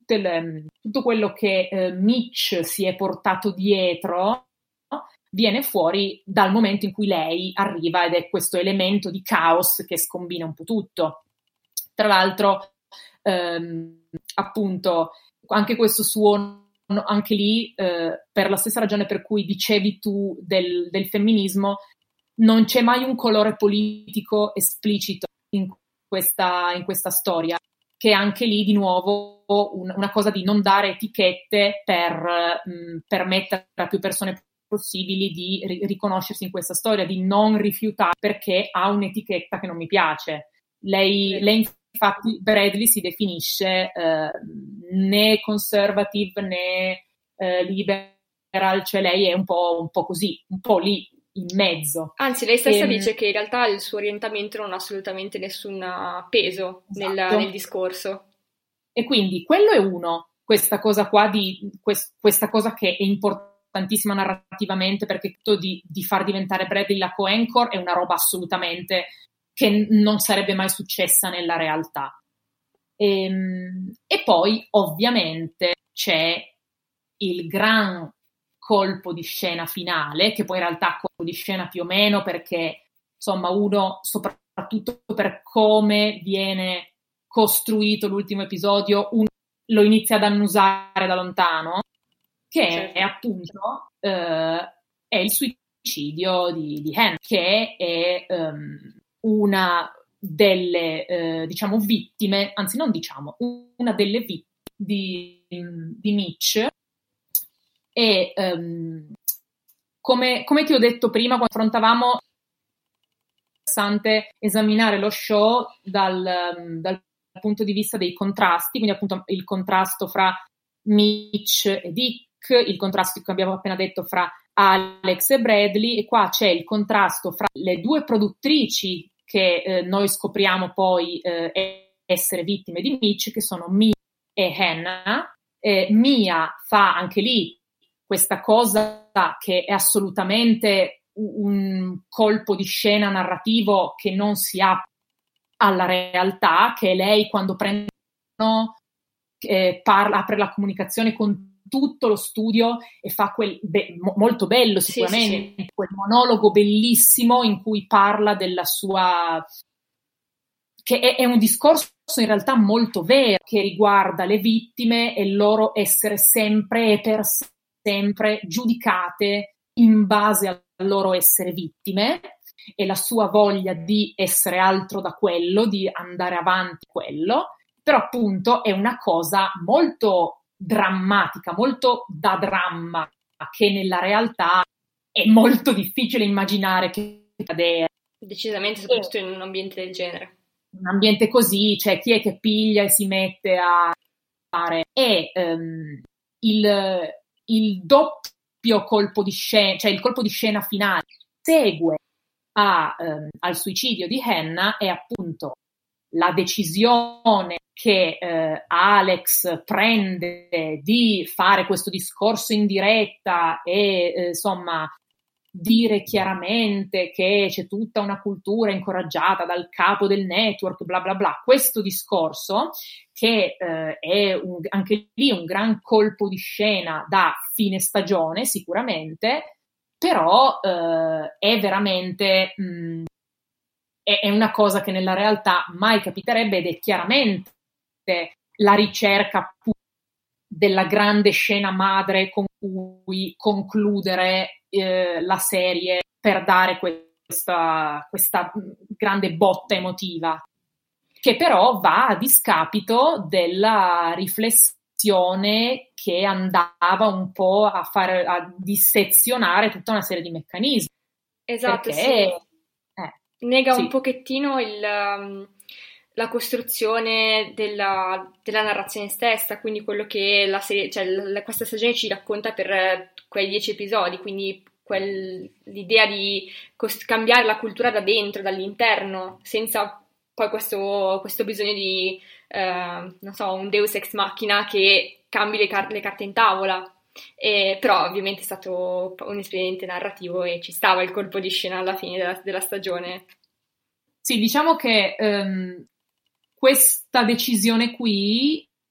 le, tutto quello che eh, Mitch si è portato dietro viene fuori dal momento in cui lei arriva ed è questo elemento di caos che scombina un po' tutto. Tra l'altro, ehm, appunto, anche questo suono, anche lì, eh, per la stessa ragione per cui dicevi tu del, del femminismo, non c'è mai un colore politico esplicito in questa, in questa storia, che anche lì di nuovo un, una cosa di non dare etichette per mh, permettere a più persone possibili di ri- riconoscersi in questa storia, di non rifiutare perché ha un'etichetta che non mi piace. Lei, lei infatti, Bradley si definisce eh, né conservative né eh, liberal, cioè lei è un po', un po' così, un po' lì in mezzo. Anzi, lei stessa e, dice che in realtà il suo orientamento non ha assolutamente nessun peso esatto. nel, nel discorso. E quindi quello è uno, questa cosa qua di quest, questa cosa che è importantissima narrativamente, perché tutto di, di far diventare Bradley la co-anchor è una roba assolutamente che non sarebbe mai successa nella realtà. E, e poi ovviamente c'è il gran colpo di scena finale, che poi in realtà colpo di scena più o meno, perché insomma uno, soprattutto per come viene costruito l'ultimo episodio, uno lo inizia ad annusare da lontano, che certo. è appunto eh, è il suicidio di, di Hannah, che è um, una delle eh, diciamo vittime, anzi non diciamo, una delle vittime di, di Mitch. E um, come, come ti ho detto prima quando affrontavamo, è interessante esaminare lo show dal, um, dal punto di vista dei contrasti, quindi appunto il contrasto fra Mitch e Dick, il contrasto che abbiamo appena detto fra Alex e Bradley, e qua c'è il contrasto fra le due produttrici che eh, noi scopriamo poi eh, essere vittime di Mitch, che sono Mia e Hannah. Eh, Mia fa anche lì questa cosa che è assolutamente un colpo di scena narrativo che non si ha alla realtà, che è lei quando prende eh, parla, apre la comunicazione con tutto lo studio e fa quel be- mo- molto bello sicuramente, sì, sì. quel monologo bellissimo in cui parla della sua, che è, è un discorso in realtà molto vero, che riguarda le vittime e il loro essere sempre e per sempre giudicate in base al loro essere vittime e la sua voglia di essere altro da quello, di andare avanti quello, però appunto è una cosa molto drammatica, molto da dramma, che nella realtà è molto difficile immaginare che accade. Decisamente, soprattutto in un ambiente del genere. Un ambiente così, cioè chi è che piglia e si mette a fare? E um, il, il doppio colpo di scena, cioè il colpo di scena finale segue a, um, al suicidio di Hannah è appunto la decisione che eh, Alex prende di fare questo discorso in diretta e eh, insomma dire chiaramente che c'è tutta una cultura incoraggiata dal capo del network, bla bla bla. Questo discorso che eh, è un, anche lì un gran colpo di scena da fine stagione sicuramente, però eh, è veramente mh, è, è una cosa che nella realtà mai capiterebbe ed è chiaramente la ricerca della grande scena madre con cui concludere eh, la serie per dare questa, questa grande botta emotiva, che però va a discapito della riflessione che andava un po' a fare a dissezionare tutta una serie di meccanismi. Esatto, perché, sì. Eh, Nega sì. un pochettino il... Um... la costruzione della, della narrazione stessa, quindi quello che la serie, cioè la, questa stagione ci racconta per quei dieci episodi, quindi quel, l'idea di cost- cambiare la cultura da dentro, dall'interno, senza poi questo, questo bisogno di, eh, non so, un deus ex machina che cambi le, car- le carte in tavola. E, però ovviamente è stato un espediente narrativo e ci stava il colpo di scena alla fine della, della stagione. Sì, diciamo che um... questa decisione qui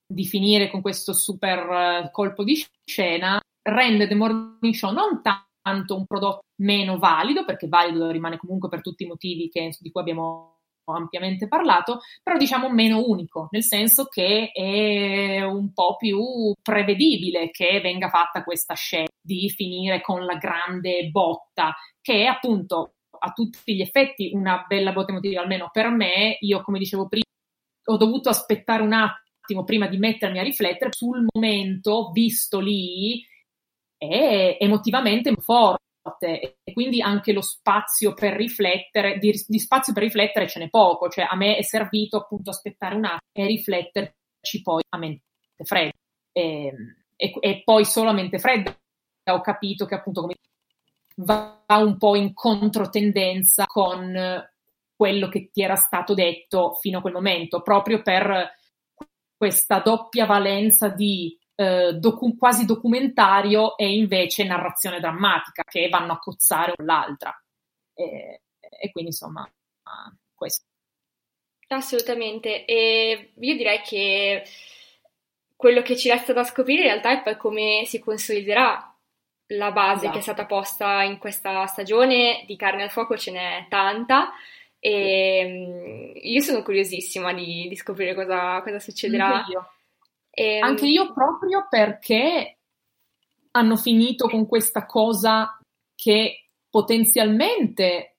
di finire con questo super colpo di scena rende The Morning Show non tanto un prodotto meno valido, perché valido rimane comunque per tutti i motivi che, di cui abbiamo ampiamente parlato, però diciamo meno unico, nel senso che è un po' più prevedibile che venga fatta questa scelta di finire con la grande botta, che è appunto a tutti gli effetti una bella botta emotiva, almeno per me. Io, come dicevo prima, ho dovuto aspettare un attimo prima di mettermi a riflettere sul momento, visto lì, è emotivamente forte. E quindi anche lo spazio per riflettere, di, di spazio per riflettere ce n'è poco, cioè a me è servito appunto aspettare un attimo e rifletterci poi a mente fredda, e, e, e poi solo a mente fredda ho capito che appunto come va un po' in controtendenza con quello che ti era stato detto fino a quel momento, proprio per questa doppia valenza di Eh, docu- quasi documentario e invece narrazione drammatica, che vanno a cozzare con l'altra, e, e quindi insomma uh, questo. Assolutamente, e io direi che quello che ci resta da scoprire in realtà è poi come si consoliderà la base esatto. che è stata posta in questa stagione. Di carne al fuoco ce n'è tanta, e io sono curiosissima di, di scoprire cosa, cosa succederà. Io. E, anche io, proprio perché hanno finito con questa cosa che potenzialmente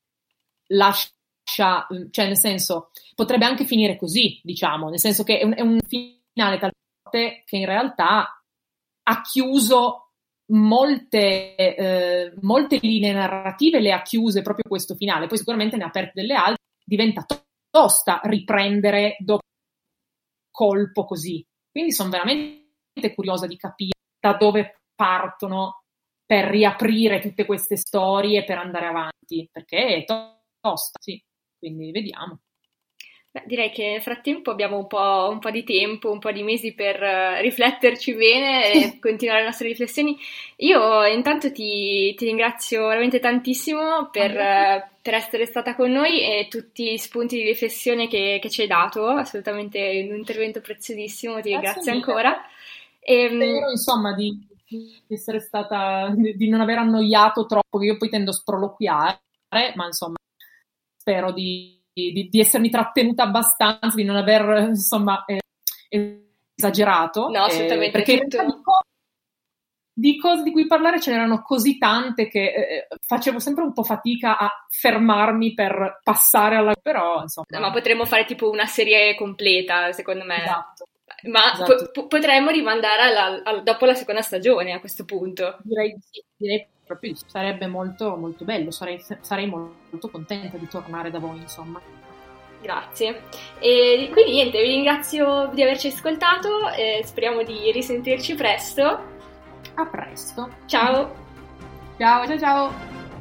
lascia, cioè nel senso potrebbe anche finire così, diciamo, nel senso che è un, è un finale talmente che in realtà ha chiuso molte, eh, molte linee narrative, le ha chiuse proprio questo finale, poi sicuramente ne ha aperte delle altre, diventa tosta riprendere dopo colpo così. Quindi sono veramente curiosa di capire da dove partono per riaprire tutte queste storie, per andare avanti, perché è tosta, sì, quindi vediamo. Beh, direi che nel frattempo abbiamo un po', un po' di tempo, un po' di mesi per uh, rifletterci bene e continuare le nostre riflessioni. Io intanto ti, ti ringrazio veramente tantissimo per, uh, per essere stata con noi e tutti gli spunti di riflessione che, che ci hai dato, assolutamente un intervento preziosissimo, ti ringrazio ancora. E, Spero insomma di, di essere stata, di, di non aver annoiato troppo, che io poi tendo a sproloquiare, ma insomma spero di Di, di essermi trattenuta abbastanza, di non aver insomma eh, esagerato. No, assolutamente. Eh, perché tutto... di, cose, di cose di cui parlare ce n'erano così tante che eh, facevo sempre un po' fatica a fermarmi per passare alla... però insomma... No, ma potremmo fare tipo una serie completa, secondo me. Esatto. Ma esatto. Po- potremmo rimandare alla, alla, dopo la seconda stagione a questo punto. Direi sì, direi proprio sarebbe molto molto bello, sarei, sarei molto contenta di tornare da voi, insomma. Grazie. E quindi niente, vi ringrazio di averci ascoltato e speriamo di risentirci presto. A presto. Ciao. Ciao, ciao, ciao.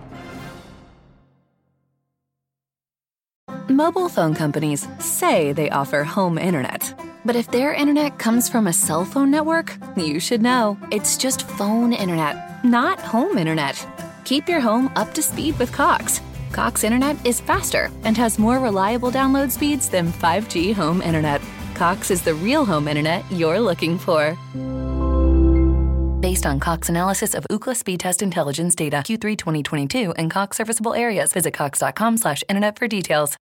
Mobile phone companies say they offer home internet. But if their internet comes from a cell phone network, you should know. It's just phone internet, not home internet. Keep your home up to speed with Cox. Cox Internet is faster and has more reliable download speeds than five G home internet. Cox is the real home internet you're looking for. Based on Cox analysis of Ookla speed test intelligence data Q three twenty twenty-two and Cox serviceable areas, visit cox dot com slash internet for details.